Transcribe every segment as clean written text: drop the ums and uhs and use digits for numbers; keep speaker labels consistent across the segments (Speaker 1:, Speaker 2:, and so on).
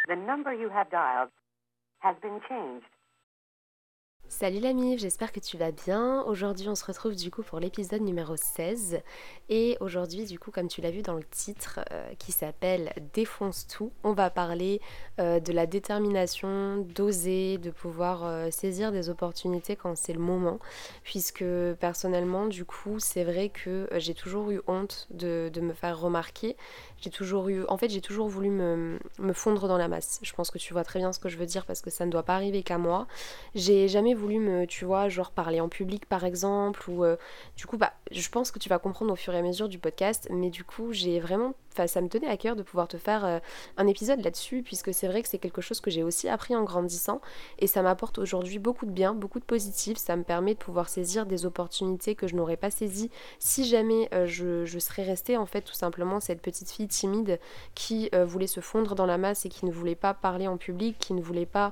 Speaker 1: The number you have dialed has been changed.
Speaker 2: Salut l'ami, j'espère que tu vas bien. Aujourd'hui on se retrouve du coup pour l'épisode numéro 16 et aujourd'hui du coup comme tu l'as vu dans le titre qui s'appelle Défonce tout, on va parler de la détermination, d'oser, de pouvoir saisir des opportunités quand c'est le moment, puisque personnellement du coup c'est vrai que j'ai toujours eu honte de me faire remarquer. J'ai toujours voulu me fondre dans la masse. Je pense que tu vois très bien ce que je veux dire parce que ça ne doit pas arriver qu'à moi. J'ai jamais voulu tu vois, genre parler en public par exemple, ou du coup, je pense que tu vas comprendre au fur et à mesure du podcast, mais du coup, ça me tenait à cœur de pouvoir te faire un épisode là-dessus, puisque c'est vrai que c'est quelque chose que j'ai aussi appris en grandissant, et ça m'apporte aujourd'hui beaucoup de bien, beaucoup de positif, ça me permet de pouvoir saisir des opportunités que je n'aurais pas saisies si jamais je serais restée en fait tout simplement cette petite fille timide qui voulait se fondre dans la masse et qui ne voulait pas parler en public, qui ne voulait pas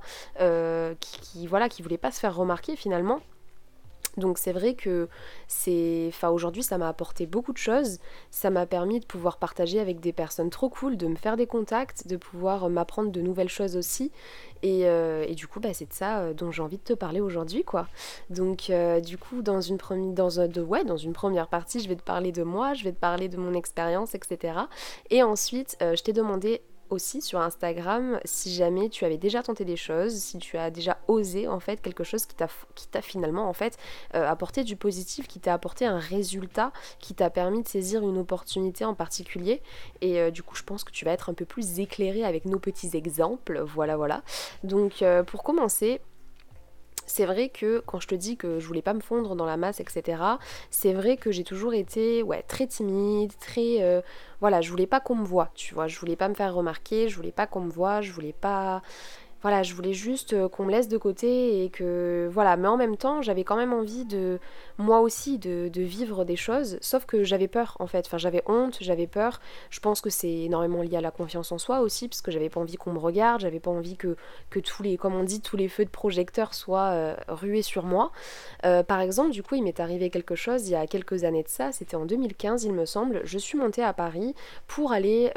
Speaker 2: qui voulait pas se faire remarquer finalement. Donc c'est vrai que aujourd'hui ça m'a apporté beaucoup de choses, ça m'a permis de pouvoir partager avec des personnes trop cool, de me faire des contacts, de pouvoir m'apprendre de nouvelles choses aussi, et du coup c'est de ça dont j'ai envie de te parler aujourd'hui quoi. Donc du coup dans une première partie je vais te parler de moi, je vais te parler de mon expérience, etc. Et ensuite je t'ai demandé aussi sur Instagram si jamais tu avais déjà tenté des choses, si tu as déjà osé en fait quelque chose qui t'a finalement en fait apporté du positif, qui t'a apporté un résultat, qui t'a permis de saisir une opportunité en particulier. Et du coup je pense que tu vas être un peu plus éclairé avec nos petits exemples, voilà. Donc pour commencer, c'est vrai que quand je te dis que je voulais pas me fondre dans la masse, etc., c'est vrai que j'ai toujours été très timide, je voulais pas qu'on me voie, tu vois, je voulais pas me faire remarquer, je voulais pas qu'on me voie, je voulais juste qu'on me laisse de côté et que voilà, mais en même temps j'avais quand même envie de moi aussi de vivre des choses, sauf que j'avais peur en fait, enfin j'avais honte, j'avais peur. Je pense que c'est énormément lié à la confiance en soi aussi, parce que j'avais pas envie qu'on me regarde, j'avais pas envie que comme on dit, tous les feux de projecteur soient rués sur moi. Par exemple, du coup il m'est arrivé quelque chose il y a quelques années de ça, c'était en 2015 il me semble, je suis montée à Paris pour aller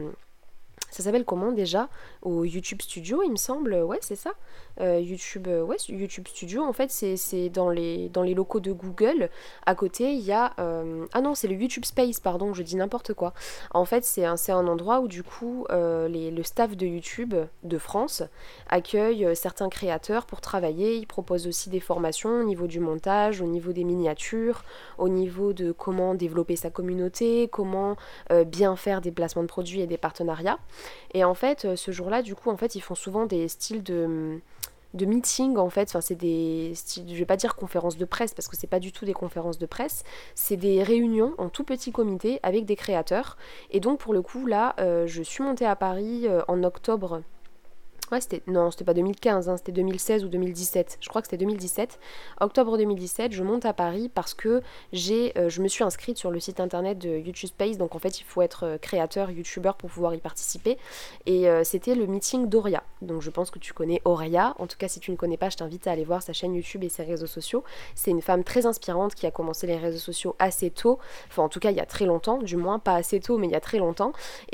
Speaker 2: ça s'appelle comment déjà? Au YouTube Studio, il me semble. Ouais, c'est ça. YouTube Studio. En fait, c'est dans les locaux de Google. À côté, il y a. Ah non, c'est le YouTube Space, pardon, je dis n'importe quoi. En fait, c'est un endroit où, du coup, le staff de YouTube de France accueille certains créateurs pour travailler. Ils proposent aussi des formations au niveau du montage, au niveau des miniatures, au niveau de comment développer sa communauté, comment bien faire des placements de produits et des partenariats. Et en fait, ce jour-là, du coup, en fait, ils font souvent des styles de meeting en fait, enfin c'est des styles, je vais pas dire conférences de presse parce que c'est pas du tout des conférences de presse, c'est des réunions en tout petit comité avec des créateurs. Et donc pour le coup là, je suis montée à Paris en octobre. Ouais, c'était pas 2015, hein, c'était 2016 ou 2017. Je crois que c'était 2017. Octobre 2017, je monte à Paris parce que je me suis inscrite sur le site internet de YouTube Space. Donc en fait, il faut être créateur, youtubeur pour pouvoir y participer. Et c'était le meeting d'Oria. Donc je pense que tu connais Oria. En tout cas, si tu ne connais pas, je t'invite à aller voir sa chaîne YouTube et ses réseaux sociaux. C'est une femme très inspirante qui a commencé les réseaux sociaux assez tôt. Enfin, en tout cas, il y a très longtemps. Du moins, pas assez tôt, mais il y a très longtemps. Et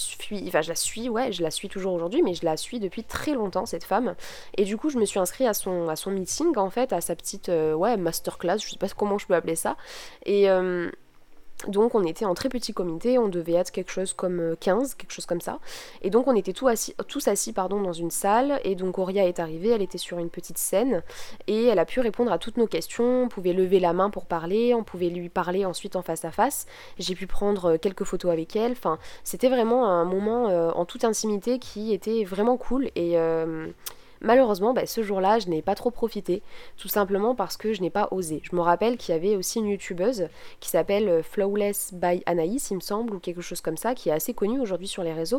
Speaker 2: je la suis toujours aujourd'hui, mais je la suis depuis très longtemps cette femme. Et du coup je me suis inscrite à son meeting en fait, à sa petite masterclass, je sais pas comment je peux appeler ça. Et donc on était en très petit comité, on devait être quelque chose comme 15, quelque chose comme ça. Et donc on était tous assis dans une salle, et donc Auria est arrivée, elle était sur une petite scène, et elle a pu répondre à toutes nos questions, on pouvait lever la main pour parler, on pouvait lui parler ensuite en face à face, j'ai pu prendre quelques photos avec elle, enfin c'était vraiment un moment en toute intimité qui était vraiment cool, et malheureusement, ce jour-là, je n'ai pas trop profité, tout simplement parce que je n'ai pas osé. Je me rappelle qu'il y avait aussi une youtubeuse qui s'appelle Flawless by Anaïs, il me semble, ou quelque chose comme ça, qui est assez connue aujourd'hui sur les réseaux.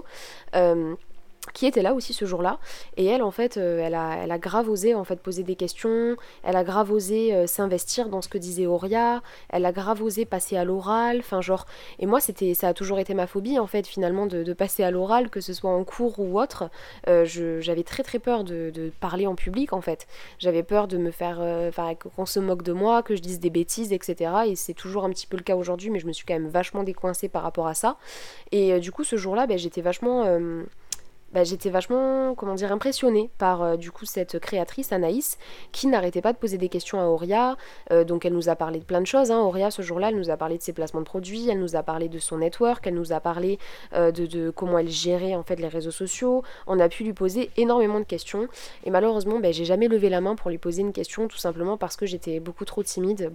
Speaker 2: Qui était là aussi ce jour-là, et elle en fait elle a grave osé en fait poser des questions, elle a grave osé s'investir dans ce que disait Auria, elle a grave osé passer à l'oral, enfin genre, et moi ça a toujours été ma phobie en fait finalement de passer à l'oral, que ce soit en cours ou autre. J'avais très peur de parler en public en fait, j'avais peur de me faire qu'on se moque de moi, que je dise des bêtises, etc. Et c'est toujours un petit peu le cas aujourd'hui, mais je me suis quand même vachement décoincée par rapport à ça. Et du coup ce jour-là j'étais vachement j'étais vachement, comment dire, impressionnée par du coup cette créatrice Anaïs qui n'arrêtait pas de poser des questions à Auria. Donc elle nous a parlé de plein de choses, hein. Auria ce jour-là, elle nous a parlé de ses placements de produits, elle nous a parlé de son network, elle nous a parlé de comment elle gérait en fait les réseaux sociaux. On a pu lui poser énormément de questions et malheureusement j'ai jamais levé la main pour lui poser une question, tout simplement parce que j'étais beaucoup trop timide,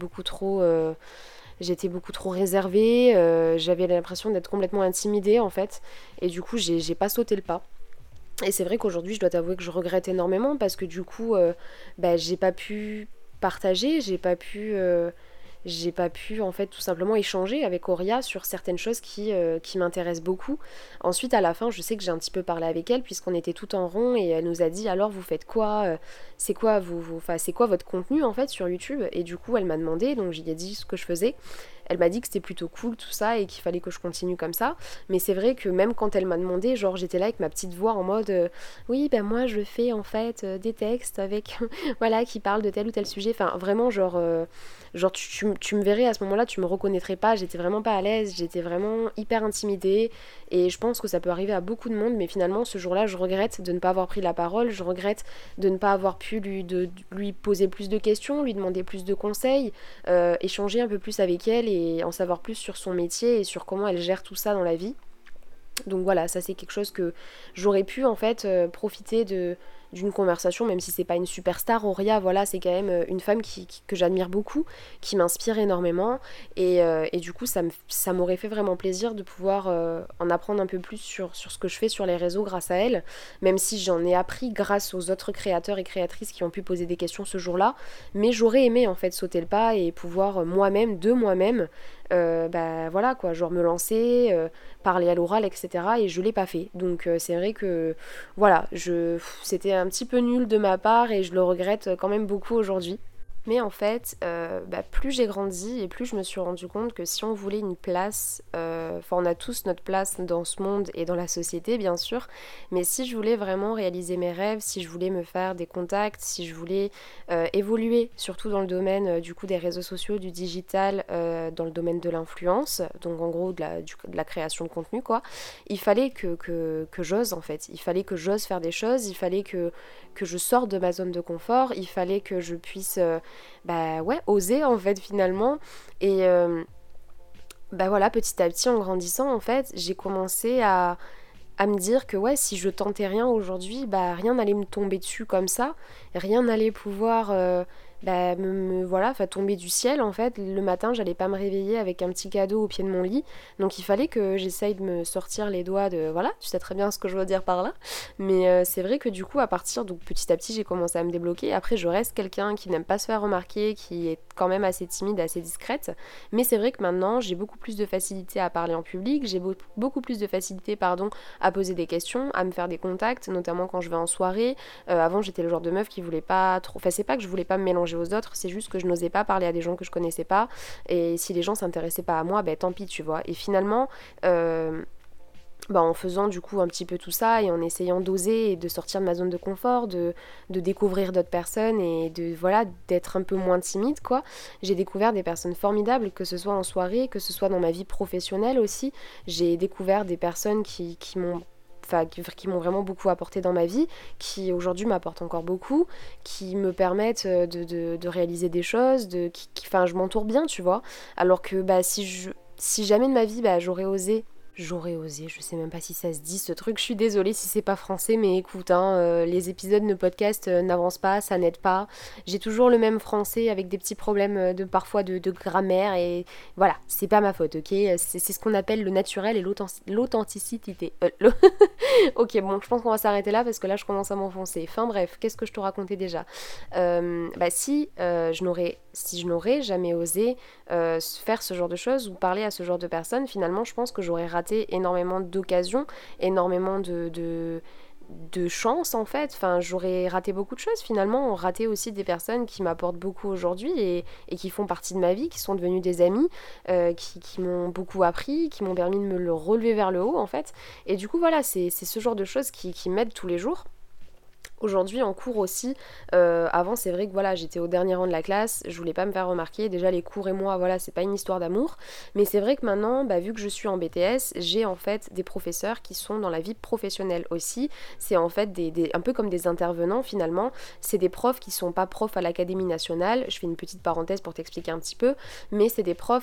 Speaker 2: j'étais beaucoup trop réservée, j'avais l'impression d'être complètement intimidée en fait, et du coup j'ai pas sauté le pas. Et c'est vrai qu'aujourd'hui je dois t'avouer que je regrette énormément parce que du coup j'ai pas pu partager, j'ai pas pu en fait tout simplement échanger avec Auria sur certaines choses qui m'intéressent beaucoup. Ensuite à la fin je sais que j'ai un petit peu parlé avec elle puisqu'on était tout en rond et elle nous a dit alors vous faites quoi, c'est quoi c'est quoi votre contenu en fait sur YouTube, et du coup elle m'a demandé, donc j'y ai dit ce que je faisais. Elle m'a dit que c'était plutôt cool tout ça et qu'il fallait que je continue comme ça. Mais c'est vrai que même quand elle m'a demandé, genre j'étais là avec ma petite voix en mode oui ben moi je fais en fait des textes avec voilà qui parlent de tel ou tel sujet. Enfin vraiment genre tu me verrais à ce moment-là, tu me reconnaîtrais pas, j'étais vraiment pas à l'aise, j'étais vraiment hyper intimidée. Et je pense que ça peut arriver à beaucoup de monde, mais finalement ce jour-là je regrette de ne pas avoir pris la parole, je regrette de ne pas avoir pu lui poser plus de questions, lui demander plus de conseils, échanger un peu plus avec elle et en savoir plus sur son métier et sur comment elle gère tout ça dans la vie. Donc voilà, ça c'est quelque chose que j'aurais pu en fait profiter d'une conversation, même si c'est pas une superstar. Auria, voilà, c'est quand même une femme que j'admire beaucoup, qui m'inspire énormément, et du coup ça m'aurait fait vraiment plaisir de pouvoir en apprendre un peu plus sur ce que je fais sur les réseaux grâce à elle, même si j'en ai appris grâce aux autres créateurs et créatrices qui ont pu poser des questions ce jour-là. Mais j'aurais aimé en fait sauter le pas et pouvoir moi-même voilà quoi, genre me lancer, parler à l'oral, etc. Et je l'ai pas fait. Donc c'est vrai que voilà, c'était un petit peu nul de ma part et je le regrette quand même beaucoup aujourd'hui. Mais en fait, plus j'ai grandi et plus je me suis rendu compte que si on voulait une place, on a tous notre place dans ce monde et dans la société bien sûr, mais si je voulais vraiment réaliser mes rêves, si je voulais me faire des contacts, si je voulais évoluer, surtout dans le domaine du coup des réseaux sociaux, du digital, dans le domaine de l'influence, donc en gros de la création de contenu quoi, il fallait que j'ose en fait, il fallait que j'ose faire des choses, il fallait que je sorte de ma zone de confort, il fallait que je puisse oser en fait finalement. Et voilà, petit à petit en grandissant en fait j'ai commencé à me dire que ouais, si je tentais rien aujourd'hui, rien n'allait me tomber dessus comme ça, rien n'allait pouvoir tomber du ciel en fait. Le matin j'allais pas me réveiller avec un petit cadeau au pied de mon lit, donc il fallait que j'essaye de me sortir les doigts de, voilà, tu sais très bien ce que je veux dire par là, mais c'est vrai que du coup à partir, donc petit à petit j'ai commencé à me débloquer. Après je reste quelqu'un qui n'aime pas se faire remarquer, qui est quand même assez timide, assez discrète, mais c'est vrai que maintenant j'ai beaucoup plus de facilité à parler en public, j'ai beaucoup plus de facilité à poser des questions, à me faire des contacts, notamment quand je vais en soirée. Avant j'étais le genre de meuf qui voulait pas trop, enfin c'est pas que je voulais pas me mélanger aux autres, c'est juste que je n'osais pas parler à des gens que je connaissais pas, et si les gens s'intéressaient pas à moi, tant pis tu vois. Et finalement en faisant du coup un petit peu tout ça et en essayant d'oser et de sortir de ma zone de confort, de découvrir d'autres personnes et d'être un peu moins timide quoi, j'ai découvert des personnes formidables, que ce soit en soirée, que ce soit dans ma vie professionnelle aussi. J'ai découvert des personnes qui m'ont vraiment beaucoup apporté dans ma vie, qui aujourd'hui m'apportent encore beaucoup, qui me permettent de réaliser des choses, je m'entoure bien, tu vois. Alors que si jamais de ma vie j'aurais osé, je sais même pas si ça se dit ce truc, je suis désolée si c'est pas français, mais écoute, les épisodes de podcast n'avancent pas, ça n'aide pas. J'ai toujours le même français avec des petits problèmes parfois de grammaire, et voilà, c'est pas ma faute, ok. C'est ce qu'on appelle le naturel et l'authenticité. Ok, bon, je pense qu'on va s'arrêter là parce que là je commence à m'enfoncer. Enfin bref, qu'est-ce que je te racontais déjà? Si je n'aurais jamais osé faire ce genre de choses ou parler à ce genre de personnes, finalement je pense que j'aurais raté énormément d'occasions, énormément de chance en fait. Enfin, j'aurais raté beaucoup de choses finalement, raté aussi des personnes qui m'apportent beaucoup aujourd'hui et qui font partie de ma vie, qui sont devenues des amis, qui m'ont beaucoup appris, qui m'ont permis de me le relever vers le haut en fait. Et du coup voilà, c'est ce genre de choses qui m'aident tous les jours. Aujourd'hui en cours aussi, avant c'est vrai que voilà j'étais au dernier rang de la classe, je voulais pas me faire remarquer, déjà les cours et moi voilà c'est pas une histoire d'amour, mais c'est vrai que maintenant vu que je suis en BTS, j'ai en fait des professeurs qui sont dans la vie professionnelle aussi, c'est en fait un peu comme des intervenants finalement, c'est des profs qui sont pas profs à l'Académie nationale, je fais une petite parenthèse pour t'expliquer un petit peu, mais c'est des profs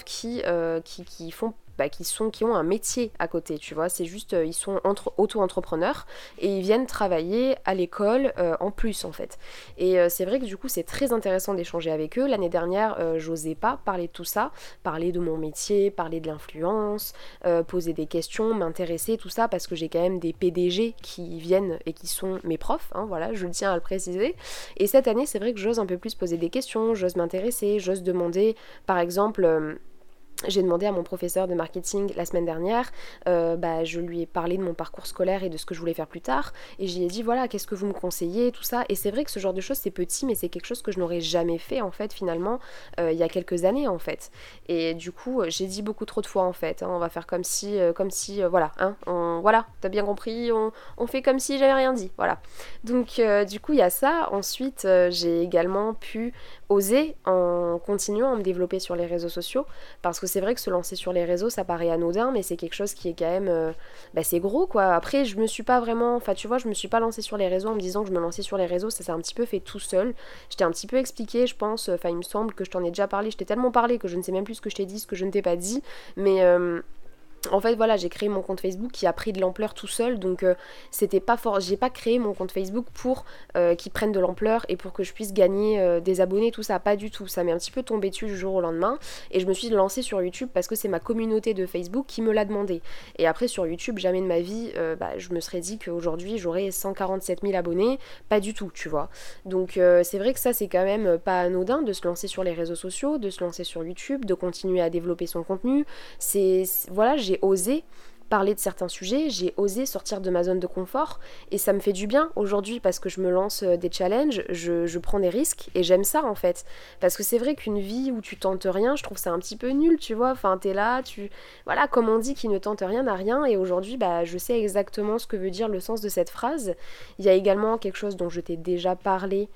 Speaker 2: qui font qui ont un métier à côté, tu vois, c'est juste, ils sont auto-entrepreneurs et ils viennent travailler à l'école en plus en fait. Et c'est vrai que du coup c'est très intéressant d'échanger avec eux. L'année dernière, j'osais pas parler de tout ça, parler de mon métier, parler de l'influence, poser des questions, m'intéresser, tout ça, parce que j'ai quand même des PDG qui viennent et qui sont mes profs, hein, voilà, je tiens à le préciser. Et cette année, c'est vrai que j'ose un peu plus poser des questions, j'ose m'intéresser, j'ose demander, par exemple... j'ai demandé à mon professeur de marketing la semaine dernière, je lui ai parlé de mon parcours scolaire et de ce que je voulais faire plus tard, et j'y ai dit voilà, qu'est-ce que vous me conseillez, tout ça, et c'est vrai que ce genre de choses c'est petit, mais c'est quelque chose que je n'aurais jamais fait en fait finalement, il y a quelques années en fait, et du coup j'ai dit beaucoup trop de fois en fait, hein, on va faire comme si, voilà, hein, voilà, t'as bien compris, on fait comme si j'avais rien dit, voilà. Donc du coup il y a ça, ensuite j'ai également pu oser en continuant à me développer sur les réseaux sociaux, parce que c'est vrai que se lancer sur les réseaux ça paraît anodin, mais c'est quelque chose qui est quand même c'est gros quoi. Après je me suis pas vraiment, enfin tu vois, je me suis pas lancée sur les réseaux en me disant que je me lançais sur les réseaux, ça s'est un petit peu fait tout seul. Je t'ai un petit peu expliqué, je pense, enfin il me semble que je t'en ai déjà parlé, je t'ai tellement parlé que je ne sais même plus ce que je t'ai dit, ce que je ne t'ai pas dit, mais en fait voilà, j'ai créé mon compte Facebook qui a pris de l'ampleur tout seul, donc c'était pas fort, j'ai pas créé mon compte Facebook pour qu'il prenne de l'ampleur et pour que je puisse gagner des abonnés, tout ça, pas du tout, ça m'est un petit peu tombé dessus du jour au lendemain, et je me suis lancée sur YouTube parce que c'est ma communauté de Facebook qui me l'a demandé. Et après sur YouTube, jamais de ma vie je me serais dit qu'aujourd'hui j'aurais 147 000 abonnés, pas du tout, tu vois. Donc c'est vrai que ça c'est quand même pas anodin de se lancer sur les réseaux sociaux, de se lancer sur YouTube, de continuer à développer son contenu, voilà, j'ai osé parler de certains sujets, j'ai osé sortir de ma zone de confort, et ça me fait du bien aujourd'hui parce que je me lance des challenges, je prends des risques, et j'aime ça en fait, parce que c'est vrai qu'une vie où tu tentes rien, je trouve ça un petit peu nul, tu vois, enfin t'es là, voilà, comme on dit, qui ne tente rien n'a rien, et aujourd'hui je sais exactement ce que veut dire le sens de cette phrase. Il y a également quelque chose dont je t'ai déjà parlé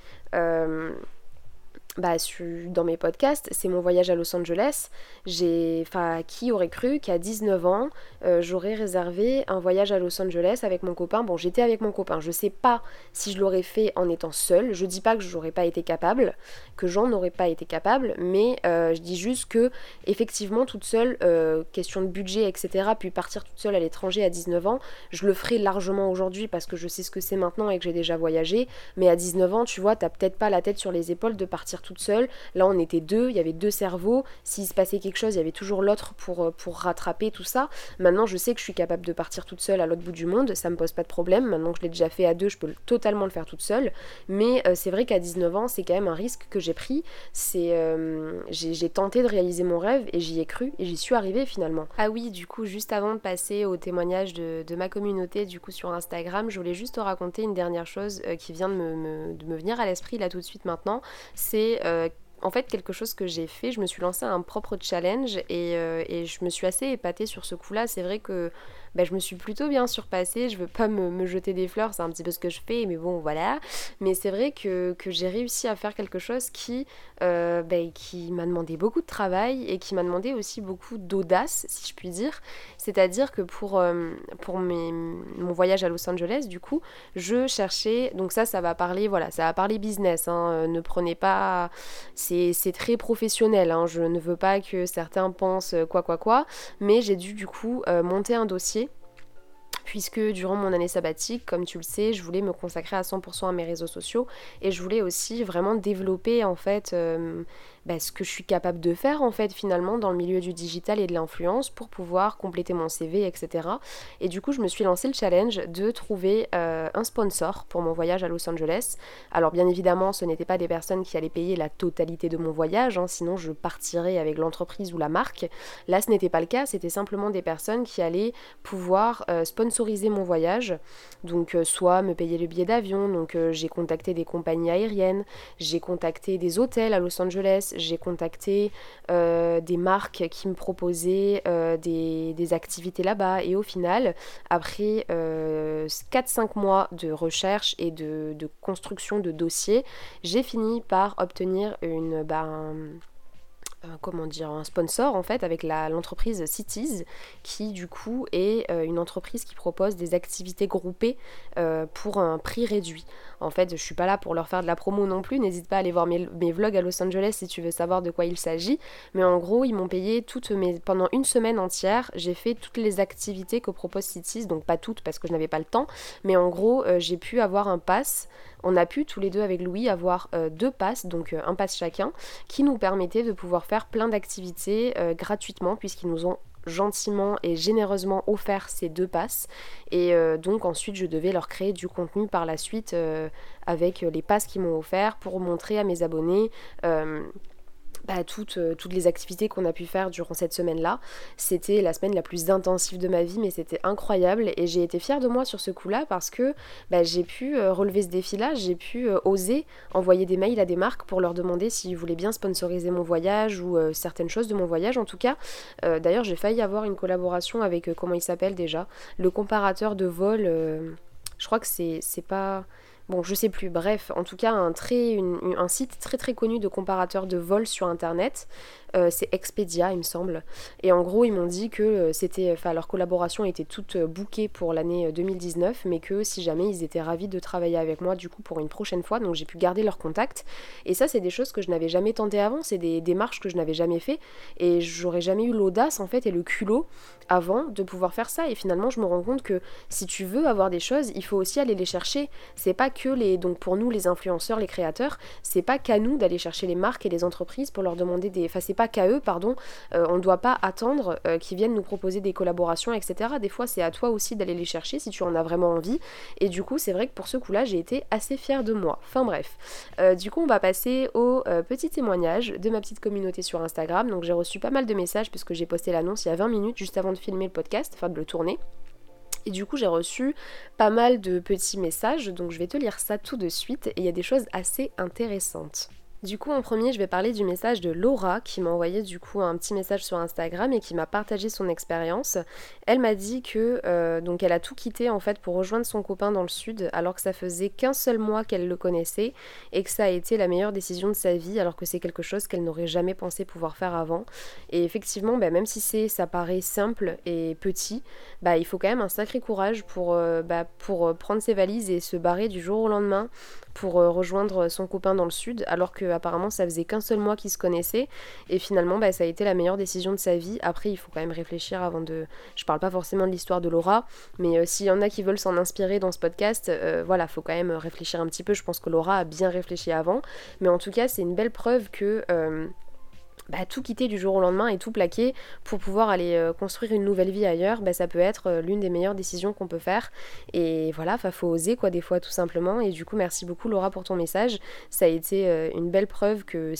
Speaker 2: dans mes podcasts, c'est mon voyage à Los Angeles. Qui aurait cru qu'à 19 ans, j'aurais réservé un voyage à Los Angeles avec mon copain. Bon, j'étais avec mon copain, je sais pas si je l'aurais fait en étant seule, je dis pas que j'aurais pas été capable, que j'en aurais pas été capable, mais je dis juste que, effectivement, toute seule, question de budget, etc., puis partir toute seule à l'étranger à 19 ans, je le ferai largement aujourd'hui parce que je sais ce que c'est maintenant et que j'ai déjà voyagé, mais à 19 ans, tu vois, t'as peut-être pas la tête sur les épaules de partir toute seule. Là on était deux, il y avait deux cerveaux, s'il se passait quelque chose il y avait toujours l'autre pour rattraper tout ça. Maintenant je sais que je suis capable de partir toute seule à l'autre bout du monde, ça me pose pas de problème, maintenant que je l'ai déjà fait à deux je peux totalement le faire toute seule, mais c'est vrai qu'à 19 ans c'est quand même un risque que j'ai pris, j'ai tenté de réaliser mon rêve et j'y ai cru et j'y suis arrivée finalement. Ah oui, du coup juste avant de passer au témoignage de ma communauté du coup sur Instagram, je voulais juste te raconter une dernière chose qui vient de me venir à l'esprit là tout de suite maintenant. C'est en fait quelque chose que j'ai fait, je me suis lancée à un propre challenge et je me suis assez épatée sur ce coup-là. C'est vrai que je me suis plutôt bien surpassée, je veux pas me jeter des fleurs, c'est un petit peu ce que je fais, mais bon voilà. Mais c'est vrai que j'ai réussi à faire quelque chose qui m'a demandé beaucoup de travail et qui m'a demandé aussi beaucoup d'audace, si je puis dire. C'est-à-dire que pour mon voyage à Los Angeles, du coup, je cherchais, donc ça va parler, voilà, ça va parler business, hein, ne prenez pas, c'est très professionnel, hein, je ne veux pas que certains pensent quoi, mais j'ai dû du coup monter un dossier, puisque durant mon année sabbatique, comme tu le sais, je voulais me consacrer à 100% à mes réseaux sociaux et je voulais aussi vraiment développer en fait ce que je suis capable de faire en fait finalement dans le milieu du digital et de l'influence pour pouvoir compléter mon CV, etc. Et du coup je me suis lancé le challenge de trouver un sponsor pour mon voyage à Los Angeles. Alors bien évidemment ce n'étaient pas des personnes qui allaient payer la totalité de mon voyage, hein, sinon je partirais avec l'entreprise ou la marque. Là ce n'était pas le cas, c'était simplement des personnes qui allaient pouvoir sponsoriser sponsoriser mon voyage, donc soit me payer le billet d'avion, donc j'ai contacté des compagnies aériennes, j'ai contacté des hôtels à Los Angeles, j'ai contacté des marques qui me proposaient des activités là-bas, et au final, après 4-5 mois de recherche et de construction de dossiers, j'ai fini par obtenir un sponsor en fait avec l'entreprise Cities, qui du coup est une entreprise qui propose des activités groupées pour un prix réduit. En fait, je suis pas là pour leur faire de la promo non plus, n'hésite pas à aller voir mes vlogs à Los Angeles si tu veux savoir de quoi il s'agit, mais en gros ils m'ont payé pendant une semaine entière, j'ai fait toutes les activités que propose Cities, donc pas toutes parce que je n'avais pas le temps, mais en gros j'ai pu avoir un pass. On a pu tous les deux avec Louis avoir 2 passes, donc un pass chacun, qui nous permettait de pouvoir faire plein d'activités gratuitement, puisqu'ils nous ont gentiment et généreusement offert ces 2 passes, et donc ensuite je devais leur créer du contenu par la suite avec les passes qu'ils m'ont offert pour montrer à mes abonnés toutes les activités qu'on a pu faire durant cette semaine-là. C'était la semaine la plus intensive de ma vie, mais c'était incroyable, et j'ai été fière de moi sur ce coup-là parce que j'ai pu relever ce défi-là, j'ai pu oser envoyer des mails à des marques pour leur demander s'ils voulaient bien sponsoriser mon voyage ou certaines choses de mon voyage en tout cas. D'ailleurs j'ai failli avoir une collaboration avec, comment il s'appelle déjà, le comparateur de vol, je crois que c'est pas... Bon, je sais plus, bref, en tout cas un site très très connu de comparateur de vol sur internet, c'est Expedia il me semble, et en gros ils m'ont dit que leur collaboration était toute bookée pour l'année 2019, mais que si jamais ils étaient ravis de travailler avec moi du coup pour une prochaine fois, donc j'ai pu garder leur contact, et ça c'est des choses que je n'avais jamais tenté avant, c'est des démarches que je n'avais jamais fait, et j'aurais jamais eu l'audace en fait et le culot avant de pouvoir faire ça, et finalement je me rends compte que si tu veux avoir des choses, il faut aussi aller les chercher, c'est pas que donc pour nous les influenceurs, les créateurs, c'est pas qu'à nous d'aller chercher les marques et les entreprises pour leur demander c'est pas qu'à eux, pardon, on doit pas attendre qu'ils viennent nous proposer des collaborations, etc. Des fois c'est à toi aussi d'aller les chercher si tu en as vraiment envie, et du coup c'est vrai que pour ce coup là j'ai été assez fière de moi. Enfin bref, du coup on va passer au petit témoignage de ma petite communauté sur Instagram. Donc j'ai reçu pas mal de messages puisque j'ai posté l'annonce il y a 20 minutes juste avant de filmer le podcast, enfin de le tourner. Et du coup j'ai reçu pas mal de petits messages, donc je vais te lire ça tout de suite, et il y a des choses assez intéressantes. Du coup en premier je vais parler du message de Laura qui m'a envoyé du coup un petit message sur Instagram et qui m'a partagé son expérience. Elle m'a dit que donc elle a tout quitté en fait pour rejoindre son copain dans le sud, alors que ça faisait qu'un seul mois qu'elle le connaissait, et que ça a été la meilleure décision de sa vie, alors que c'est quelque chose qu'elle n'aurait jamais pensé pouvoir faire avant. Et effectivement même si ça paraît simple et petit, il faut quand même un sacré courage pour prendre ses valises et se barrer du jour au lendemain pour rejoindre son copain dans le sud, alors que apparemment ça faisait qu'un seul mois qu'ils se connaissaient, et finalement ça a été la meilleure décision de sa vie. Après il faut quand même réfléchir avant de... Je parle pas forcément de l'histoire de Laura, mais s'il y en a qui veulent s'en inspirer dans ce podcast, faut quand même réfléchir un petit peu. Je pense que Laura a bien réfléchi avant, mais en tout cas c'est une belle preuve que... tout quitter du jour au lendemain et tout plaquer pour pouvoir aller construire une nouvelle vie ailleurs, ça peut être l'une des meilleures décisions qu'on peut faire. Et voilà, faut oser quoi des fois tout simplement. Et du coup merci beaucoup Laura pour ton message. Ça a été une belle preuve que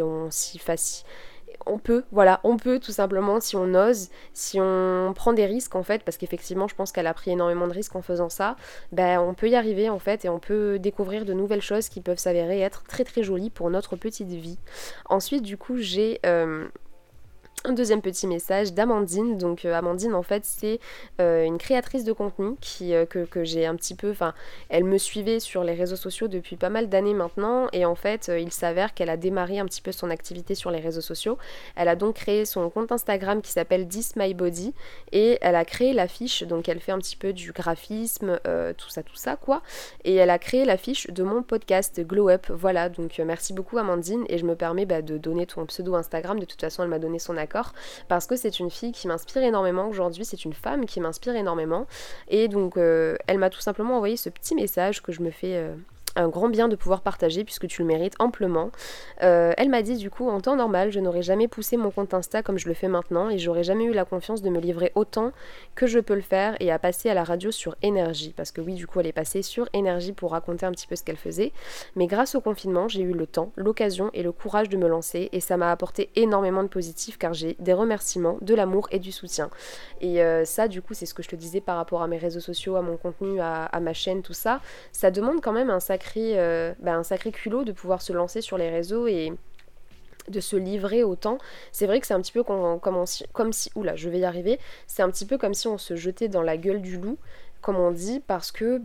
Speaker 2: on peut tout simplement, si on ose, si on prend des risques en fait, parce qu'effectivement je pense qu'elle a pris énormément de risques en faisant ça, on peut y arriver en fait, et on peut découvrir de nouvelles choses qui peuvent s'avérer être très très jolies pour notre petite vie. Ensuite du coup j'ai... un deuxième petit message d'Amandine. Donc Amandine en fait c'est une créatrice de contenu que j'ai un petit peu, elle me suivait sur les réseaux sociaux depuis pas mal d'années maintenant, et en fait il s'avère qu'elle a démarré un petit peu son activité sur les réseaux sociaux. Elle a donc créé son compte Instagram qui s'appelle This My Body, et elle a créé l'affiche, donc elle fait un petit peu du graphisme, tout ça quoi, et elle a créé l'affiche de mon podcast Glow Up. Voilà, donc merci beaucoup Amandine, et je me permets de donner ton pseudo Instagram. De toute façon elle m'a donné son accord, parce que c'est une fille qui m'inspire énormément aujourd'hui, c'est une femme qui m'inspire énormément, et donc elle m'a tout simplement envoyé ce petit message que je me fais un grand bien de pouvoir partager puisque tu le mérites amplement. Elle m'a dit du coup, en temps normal, je n'aurais jamais poussé mon compte Insta comme je le fais maintenant et j'aurais jamais eu la confiance de me livrer autant que je peux le faire et à passer à la radio sur Énergie. Parce que oui, du coup, elle est passée sur Énergie pour raconter un petit peu ce qu'elle faisait. Mais grâce au confinement, j'ai eu le temps, l'occasion et le courage de me lancer et ça m'a apporté énormément de positif car j'ai des remerciements, de l'amour et du soutien. Et ça, du coup, c'est ce que je te disais par rapport à mes réseaux sociaux, à mon contenu, à ma chaîne, tout ça. Ça demande quand même un sacré culot de pouvoir se lancer sur les réseaux et de se livrer autant. C'est vrai que c'est un petit peu comme si oula, je vais y arriver. C'est un petit peu comme si on se jetait dans la gueule du loup, comme on dit, parce que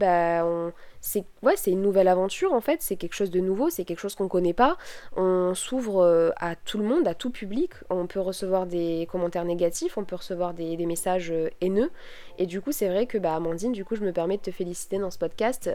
Speaker 2: c'est une nouvelle aventure en fait, c'est quelque chose de nouveau, c'est quelque chose qu'on connaît pas. On s'ouvre à tout le monde, à tout public. On peut recevoir des commentaires négatifs, on peut recevoir des messages haineux. Et du coup, c'est vrai que Amandine, du coup, je me permets de te féliciter dans ce podcast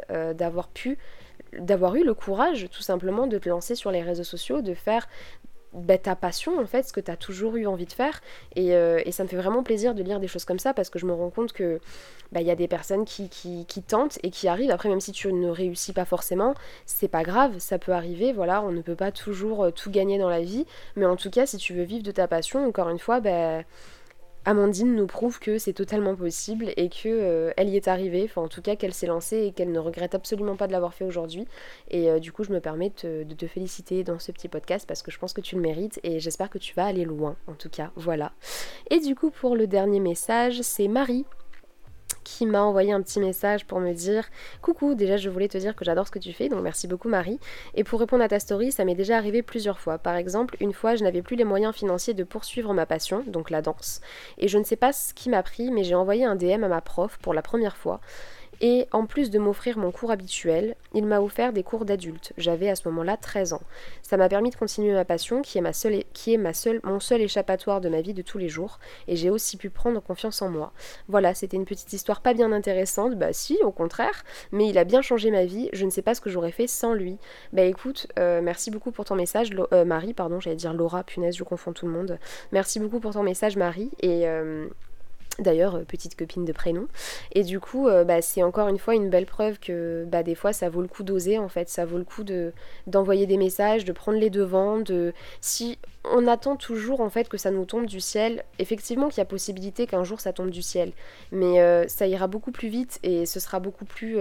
Speaker 2: d'avoir eu le courage tout simplement de te lancer sur les réseaux sociaux, de faire ta passion en fait, ce que tu as toujours eu envie de faire et ça me fait vraiment plaisir de lire des choses comme ça parce que je me rends compte que il y a des personnes qui tentent et qui arrivent. Après, même si tu ne réussis pas forcément, c'est pas grave, ça peut arriver, voilà, on ne peut pas toujours tout gagner dans la vie, mais en tout cas si tu veux vivre de ta passion, encore une fois, Amandine nous prouve que c'est totalement possible et que elle y est arrivée, enfin en tout cas qu'elle s'est lancée et qu'elle ne regrette absolument pas de l'avoir fait aujourd'hui. Et du coup je me permets de te féliciter dans ce petit podcast parce que je pense que tu le mérites et j'espère que tu vas aller loin en tout cas, voilà. Et du coup pour le dernier message, c'est Marie qui m'a envoyé un petit message pour me dire coucou, déjà je voulais te dire que j'adore ce que tu fais, donc merci beaucoup Marie. Et pour répondre à ta story, ça m'est déjà arrivé plusieurs fois. Par exemple, une fois je n'avais plus les moyens financiers de poursuivre ma passion, donc la danse, et je ne sais pas ce qui m'a pris, mais j'ai envoyé un DM à ma prof pour la première fois. Et en plus de m'offrir mon cours habituel, il m'a offert des cours d'adultes. J'avais à ce moment-là 13 ans. Ça m'a permis de continuer ma passion, qui est mon seul échappatoire de ma vie de tous les jours. Et j'ai aussi pu prendre confiance en moi. Voilà, c'était une petite histoire pas bien intéressante. Bah si, au contraire. Mais il a bien changé ma vie. Je ne sais pas ce que j'aurais fait sans lui. Bah écoute, merci beaucoup pour ton message. Marie, pardon, j'allais dire Laura, punaise, je confonds tout le monde. Merci beaucoup pour ton message Marie. Et... D'ailleurs, petite copine de prénom. Et du coup, c'est encore une fois une belle preuve que des fois, ça vaut le coup d'oser, en fait. Ça vaut le coup d'envoyer des messages, de prendre les devants. Si on attend toujours, en fait, que ça nous tombe du ciel, effectivement qu'il y a possibilité qu'un jour, ça tombe du ciel. Mais ça ira beaucoup plus vite et ce sera beaucoup plus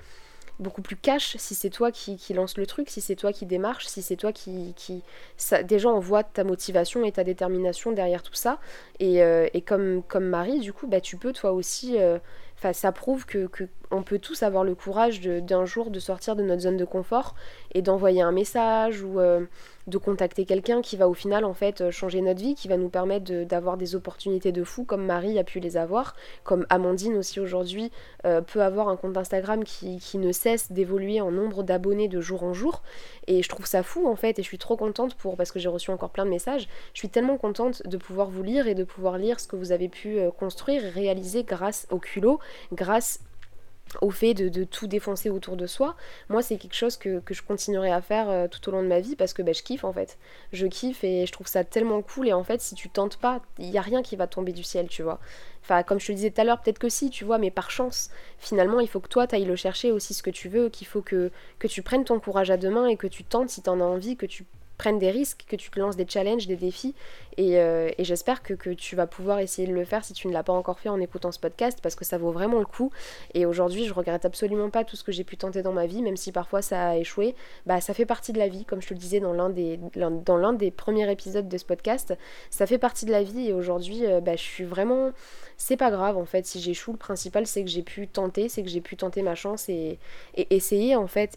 Speaker 2: cash si c'est toi qui lance le truc, si c'est toi qui démarche, si c'est toi déjà on voit ta motivation et ta détermination derrière tout ça et comme Marie du coup tu peux toi aussi ça prouve que on peut tous avoir le courage d'un jour de sortir de notre zone de confort et d'envoyer un message ou de contacter quelqu'un qui va au final en fait changer notre vie, qui va nous permettre d'avoir des opportunités de fou comme Marie a pu les avoir, comme Amandine aussi aujourd'hui peut avoir un compte Instagram qui ne cesse d'évoluer en nombre d'abonnés de jour en jour et je trouve ça fou en fait et je suis trop contente parce que j'ai reçu encore plein de messages, je suis tellement contente de pouvoir vous lire et de pouvoir lire ce que vous avez pu construire et réaliser grâce au culot, grâce au fait de tout défoncer autour de soi. Moi c'est quelque chose que je continuerai à faire tout au long de ma vie parce que je kiffe en fait. Je kiffe et je trouve ça tellement cool et en fait si tu tentes pas, il n'y a rien qui va tomber du ciel, tu vois. Enfin comme je te disais tout à l'heure, peut-être que si, tu vois, mais par chance. Finalement il faut que toi t'ailles le chercher aussi ce que tu veux, qu'il faut que tu prennes ton courage à deux mains et que tu tentes si t'en as envie, que tu prennes des risques, que tu te lances des challenges, des défis et j'espère que tu vas pouvoir essayer de le faire si tu ne l'as pas encore fait en écoutant ce podcast parce que ça vaut vraiment le coup et aujourd'hui je regrette absolument pas tout ce que j'ai pu tenter dans ma vie même si parfois ça a échoué, ça fait partie de la vie comme je te le disais dans l'un des premiers épisodes de ce podcast, ça fait partie de la vie et aujourd'hui je suis vraiment, c'est pas grave en fait si j'échoue, le principal c'est que j'ai pu tenter, ma chance et essayer en fait,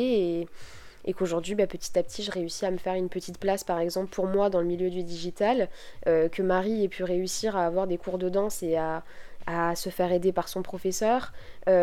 Speaker 2: et qu'aujourd'hui petit à petit je réussis à me faire une petite place par exemple pour moi dans le milieu du digital, que Marie ait pu réussir à avoir des cours de danse et à se faire aider par son professeur,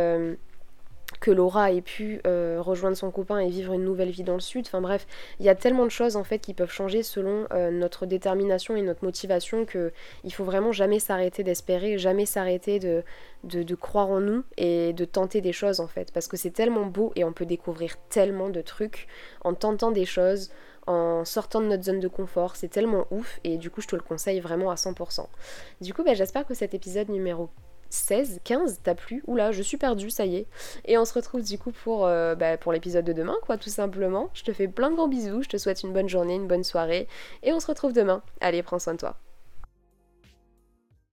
Speaker 2: que Laura ait pu rejoindre son copain et vivre une nouvelle vie dans le sud. Enfin bref, il y a tellement de choses en fait qui peuvent changer selon notre détermination et notre motivation que il faut vraiment jamais s'arrêter d'espérer, jamais s'arrêter de croire en nous et de tenter des choses en fait. Parce que c'est tellement beau et on peut découvrir tellement de trucs en tentant des choses, en sortant de notre zone de confort, c'est tellement ouf et du coup je te le conseille vraiment à 100%. Du coup j'espère que cet épisode numéro 16, 15, t'as plus? Oula, je suis perdue, ça y est. Et on se retrouve du coup pour l'épisode de demain, quoi, tout simplement. Je te fais plein de gros bisous, je te souhaite une bonne journée, une bonne soirée, et on se retrouve demain. Allez, prends soin de toi.